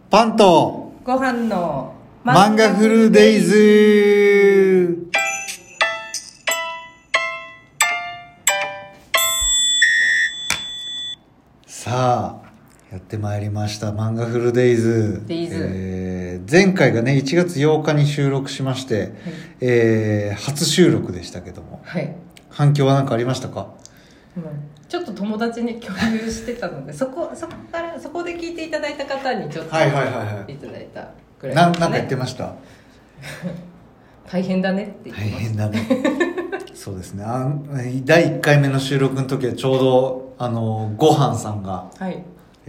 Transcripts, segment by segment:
パンとご飯の漫画フルデイズ。さあやってまいりました漫画フルデイズ。前回がね1月8日に収録しまして、はい初収録でしたけども、はい、反響は何かありましたか？ ちょっと友達に共有してたのでそこで聞いていただいた方にちょっといただいたくらいですね。 なんか言ってました大変だねって言ってました。 大変だねそうですね。第1回目の収録の時はちょうどごはんさんが、はい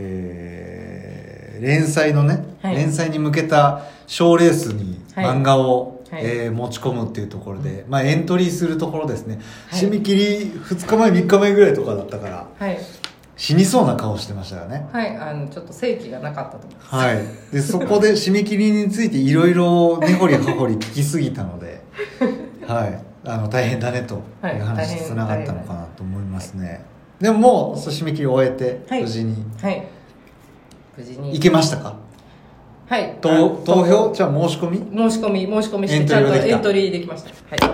連載のね、はい、連載に向けた賞レースに漫画を、はい持ち込むっていうところで、エントリーするところですね、はい、締め切り2日前3日前ぐらいとかだったから、はい、死にそうな顔してましたよね。 はい、ちょっと正気がなかったと思います。 はい。でそこで締め切りについていろいろ根掘り葉掘り聞きすぎたのではい大変だねという話につながったのかなと思いますね。はい、でももう締め切りを終えて無事に、無事に行けましたか？はい。投票じゃあ申し込みしてちゃんとエントリーできました。はい。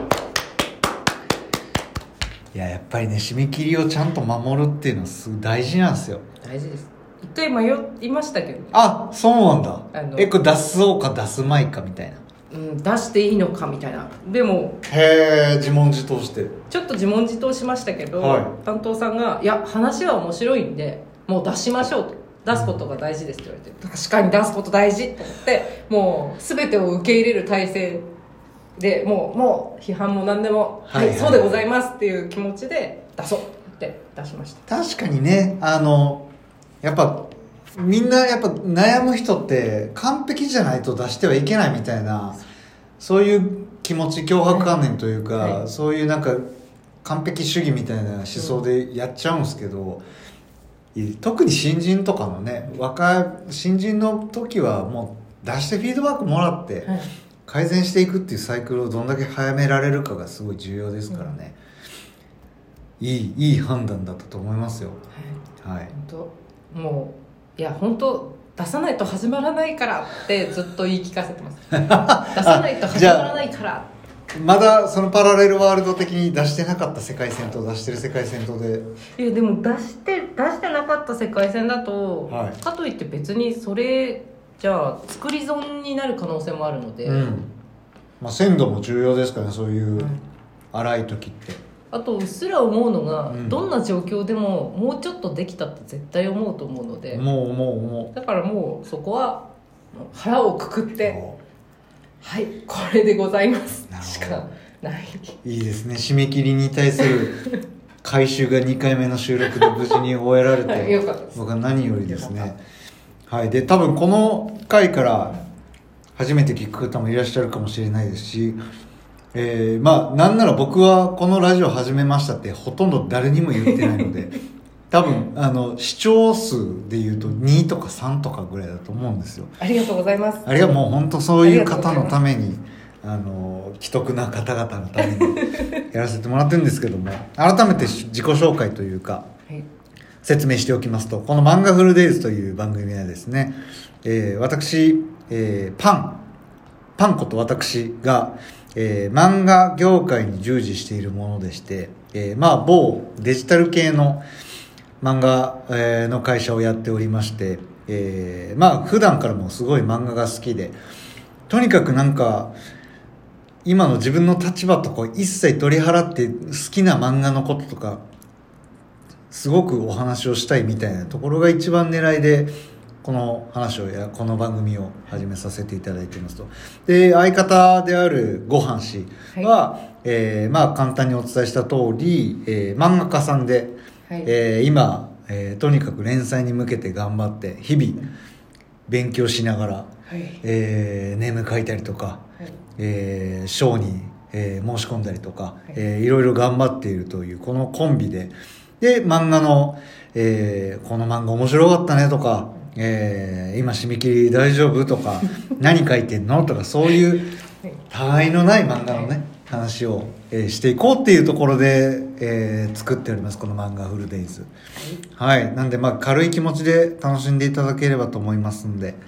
いややっぱりね締め切りをちゃんと守るっていうのはすごい大事なんですよ。 大事です。一回迷いましたけど。 あ、そうなんだ。これ出そうか出すまいかみたいな。 出していいのかみたいな。でも自問自答してちょっと自問自答しましたけど、担当さんがいや話は面白いんでもう出しましょうと。出すことが大事ですって言われて、確かに出すこと大事と思ってもう全てを受け入れる体制でもう批判も何でもはいそうでございますっていう気持ちで出そうって出しました。 確かにねやっぱみんなやっぱ悩む人って完璧じゃないと出してはいけないみたいなそういう気持ち強迫観念というか、そういうなんか完璧主義みたいな思想でやっちゃうんですけど、特に新人とかのね新人の時はもう出してフィードバックもらって改善していくっていうサイクルをどんだけ早められるかがすごい重要ですからね、いい判断だったと思いますよ。はい、 本当もういや本当出さないと始まらないからってずっと言い聞かせてます出さないと始まらないからまだそのパラレルワールド的に出してなかった世界線と出してる世界線とででも出してなかった世界線だと、かといって別にそれじゃあ作り損になる可能性もあるので、 鮮度も重要ですからねそういう荒い時って、 あとうっすら思うのが、どんな状況でももうちょっとできたって絶対思うと思うのでもうだからもうそこは腹をくくってはいこれでございますしかない。 いいですね。締め切りに対する回収が2回目の収録で無事に終えられてよかったです。 僕は何よりですね。はい。で多分この回から初めて聞く方もいらっしゃるかもしれないですし、なんなら僕はこのラジオ始めましたってほとんど誰にも言ってないので多分視聴数でいうと2とか3とかぐらいだと思うんですよ。 ありがとうございます。 あれはもう本当そういう方のために既得な方々のためにやらせてもらってるんですけども改めて自己紹介というか、説明しておきますとこの漫画フルデイズという番組はですね、私、パンこと私が、漫画業界に従事しているものでして、某デジタル系の漫画、の会社をやっておりまして、普段からもすごい漫画が好きでとにかくなんか今の自分の立場とか一切取り払って好きな漫画のこととかすごくお話をしたいみたいなところが一番狙いでこのこの番組を始めさせていただいていますと。で相方であるごはん氏は、簡単にお伝えした通り、漫画家さんで、今、とにかく連載に向けて頑張って日々勉強しながら、ネーム書いたりとか、賞に、申し込んだりとか、いろいろ頑張っているというこのコンビで漫画の、この漫画面白かったねとか、今締め切り大丈夫とか何書いてんのとかそういう他愛のない漫画のね話を、していこうっていうところで、作っておりますこの漫画フルデイズ。はい。なんで軽い気持ちで楽しんでいただければと思いますんで、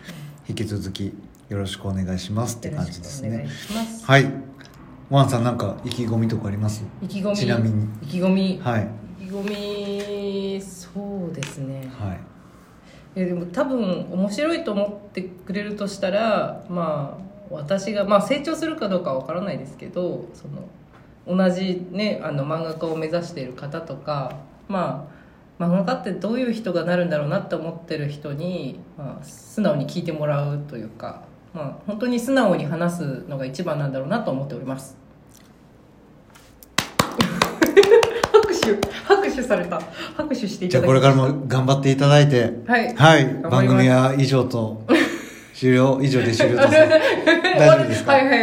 引き続きよろしくお願いしますって感じですね。 よろしくお願いします。 はい。ワンさんなんか意気込みとかあります？ 意気込み、 ちなみに意気込み、 はい、 意気込み、そうですね、 はい、 でも多分面白いと思ってくれるとしたら、まあ私が、まあ、成長するかどうかは分からないですけど、その同じね漫画家を目指している方とか、まあ漫画家ってどういう人がなるんだろうなって思ってる人に、まあ、素直に聞いてもらうというか、まあ、本当に素直に話すのが一番なんだろうなと思っております。拍手された。拍手していただきました。 じゃあこれからも頑張っていただいて、 はい、 はい、番組は以上で終了とする大丈夫ですか？ はい、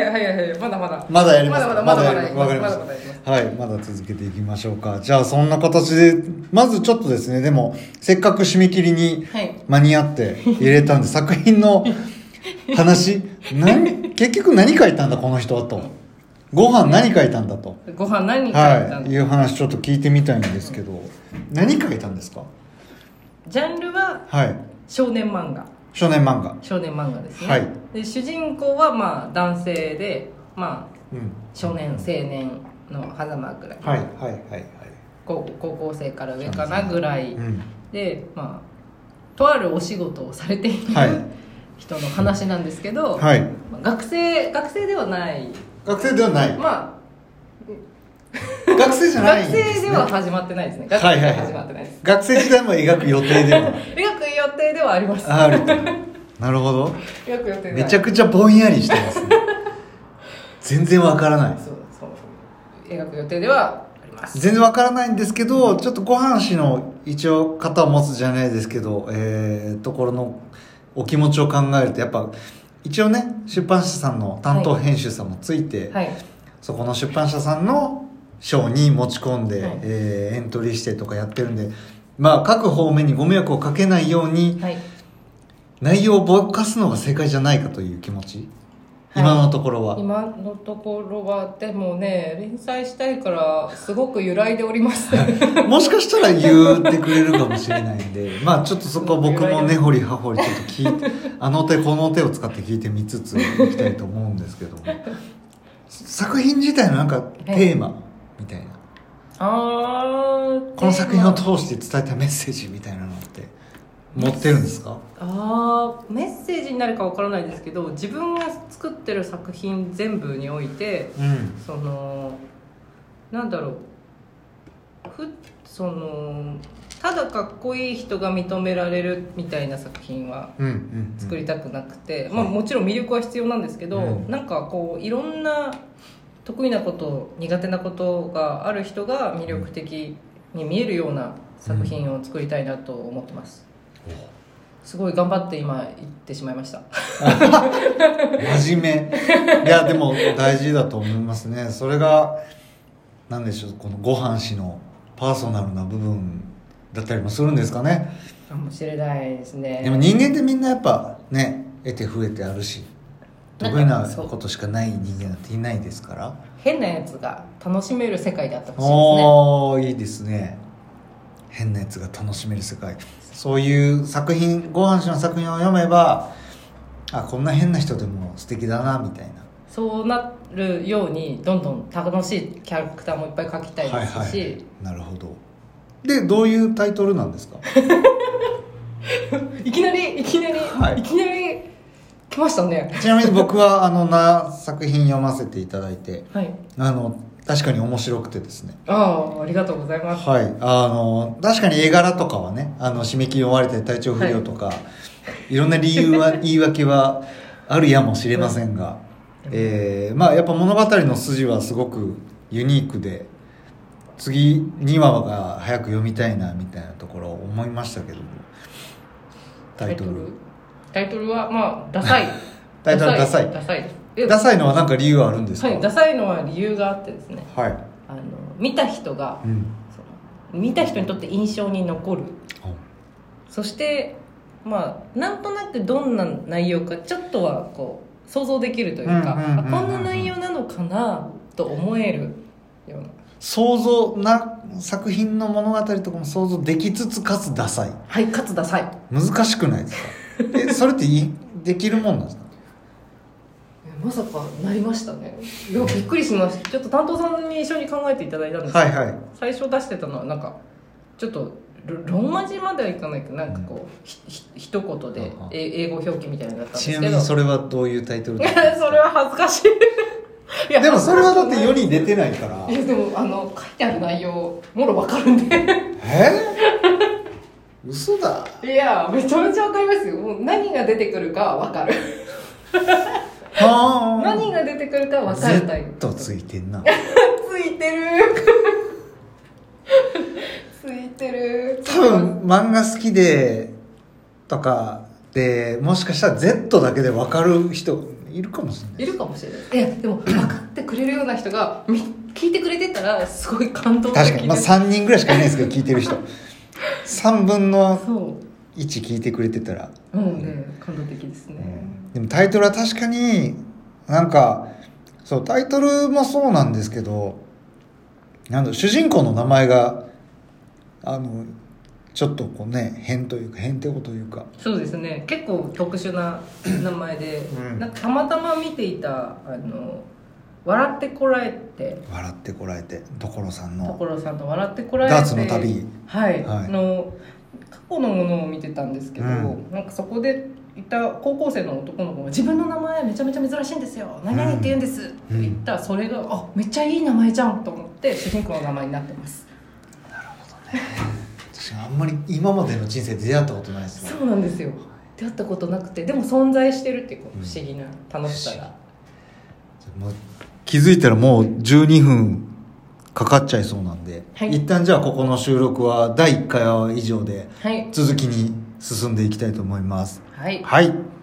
まだやります。 まだわかりました。はい、まだ続けていきましょうか。じゃあそんな形でまずちょっとですね、でもせっかく締め切りに間に合って入れたんで、作品の話結局何書いたんだこの人はと、ご飯何書いたんだと、 ご飯何書いたんだ、 はい、いう話ちょっと聞いてみたいんですけど、何書いたんですか？ ジャンルは少年漫画、 少年漫画ですね、 はい、 で主人公はまあ男性で、まあ少年青年の狭間ぐらい、高校生から上かなぐらいで、まあとあるお仕事をされている人の話なんですけど、学生ではない、まあ学生じゃないんですね。 学生では始まってないですね。学生では始まってないです。 学生時代も描く予定では描く予定ではあります。 あると。なるほど。 描く予定でめちゃくちゃぼんやりしてますね。全然わからない。 そう描く予定ではあります。 全然わからないんですけど、ちょっとご飯氏の一応型を持つじゃないですけど、ところのお気持ちを考えると、やっぱ一応ね、出版社さんの担当編集さんもついて、そこの出版社さんの賞に持ち込んで、エントリーしてとかやってるんで、まあ各方面にご迷惑をかけないように、内容をぼかすのが正解じゃないかという気持ち、今のところは。 今のところはでもね、連載したいからすごく揺らいでおりますもしかしたら言ってくれるかもしれないんで、まあちょっとそこは僕も根掘り葉掘りちょっと聞いて、あの手この手を使って聞いてみつついきたいと思うんですけども、作品自体のなんかテーマみたいな、この作品を通して伝えたメッセージみたいなのって持ってるんですか？ メッセージになるかわからないですけど、自分が作ってる作品全部において、そのなんだろう、ただかっこいい人が認められるみたいな作品は作りたくなくて、まあもちろん魅力は必要なんですけど、なんかこういろんな得意なこと苦手なことがある人が魅力的に見えるような作品を作りたいなと思ってます。すごい頑張って今言ってしまいました。 真面目。いやでも大事だと思いますね。それがなんでしょう、このご飯氏のパーソナルな部分だったりもするんですかね。 かもしれないですね。 でも人間ってみんなやっぱね、得て増えてあるし、得意なことしかない人間なんていないですから、 変なやつが楽しめる世界であってほしいですね。 いいですね。変なやつが楽しめる世界、そういう作品、ご飯氏の作品を読めば、こんな変な人でも素敵だなみたいな、 そうなるようにどんどん楽しいキャラクターもいっぱい描きたいですし、 なるほど。でどういうタイトルなんですか？ いきなり来ましたね。 ちなみに僕は作品読ませていただいて、確かに面白くてですね。 ありがとうございます。 確かに絵柄とかはね、締め切り終われて体調不良とか、いろんな言い訳はあるやもしれませんが、まあやっぱ物語の筋はすごくユニークで、次2話が早く読みたいなみたいなところを思いましたけども、タイトルはまあダサい。タイトルダサい。ダサいのは何か理由はあるんですか？ ダサいのは理由があってですね、見た人が、見た人にとって印象に残る、そしてまあなんとなくどんな内容かちょっとはこう想像できるというか、こんな内容なのかなと思えるような、 想像な作品の物語とかも想像できつつかつダサい。 かつダサい。 難しくないですか？ それってできるもんなんですか？ まさかなりましたね。いやびっくりしました。ちょっと担当さんに一緒に考えていただいたんですけど、 はいはい、 最初出してたのはなんかちょっとローマ字まではいかないけどなんかこう、一言で英語表記みたいなのだったんですけど。 ちなみにそれはどういうタイトルですか？ それは恥ずかしい。いやでもそれはだって世に出てないから。 いやでも書いてある内容もろ分かるんで嘘だ。 いやめちゃめちゃ分かりますよ。もう何が出てくるか分かる何が出てくるか分かるタイプ。 Z ついてんなついてるついてる。 多分漫画好きでとかでもしかしたら Z だけで分かる人いるかもしれない。 いるかもしれない。いやでも分かってくれるような人が聞いてくれてたらすごい感動的です。 確かに、3人ぐらいしかいないですけど聞いてる人3分の1聞いてくれてたら感動的ですね、 でもタイトルは確かになんかそうタイトルもそうなんですけど主人公の名前がちょっとこうね変というか変てこというか。 そうですね、結構特殊な名前で、なんかたまたま見ていた笑ってこらえて所さんの笑ってこらえてダーツの旅、 はい、過去のものを見てたんですけど、なんかそこでいた高校生の男の子が自分の名前めちゃめちゃ珍しいんですよ、何々って言うんですって言ったら、それがめっちゃいい名前じゃんと思って主人公の名前になってます。 なるほどね私あんまり今までの人生で出会ったことないですね。 そうなんですよ、出会ったことなくて、でも存在してるっていう不思議な楽しさが、 もう気づいたらもう12分かかっちゃいそうなんで、一旦じゃあここの収録は第1回は以上で、続きに進んでいきたいと思います。 はい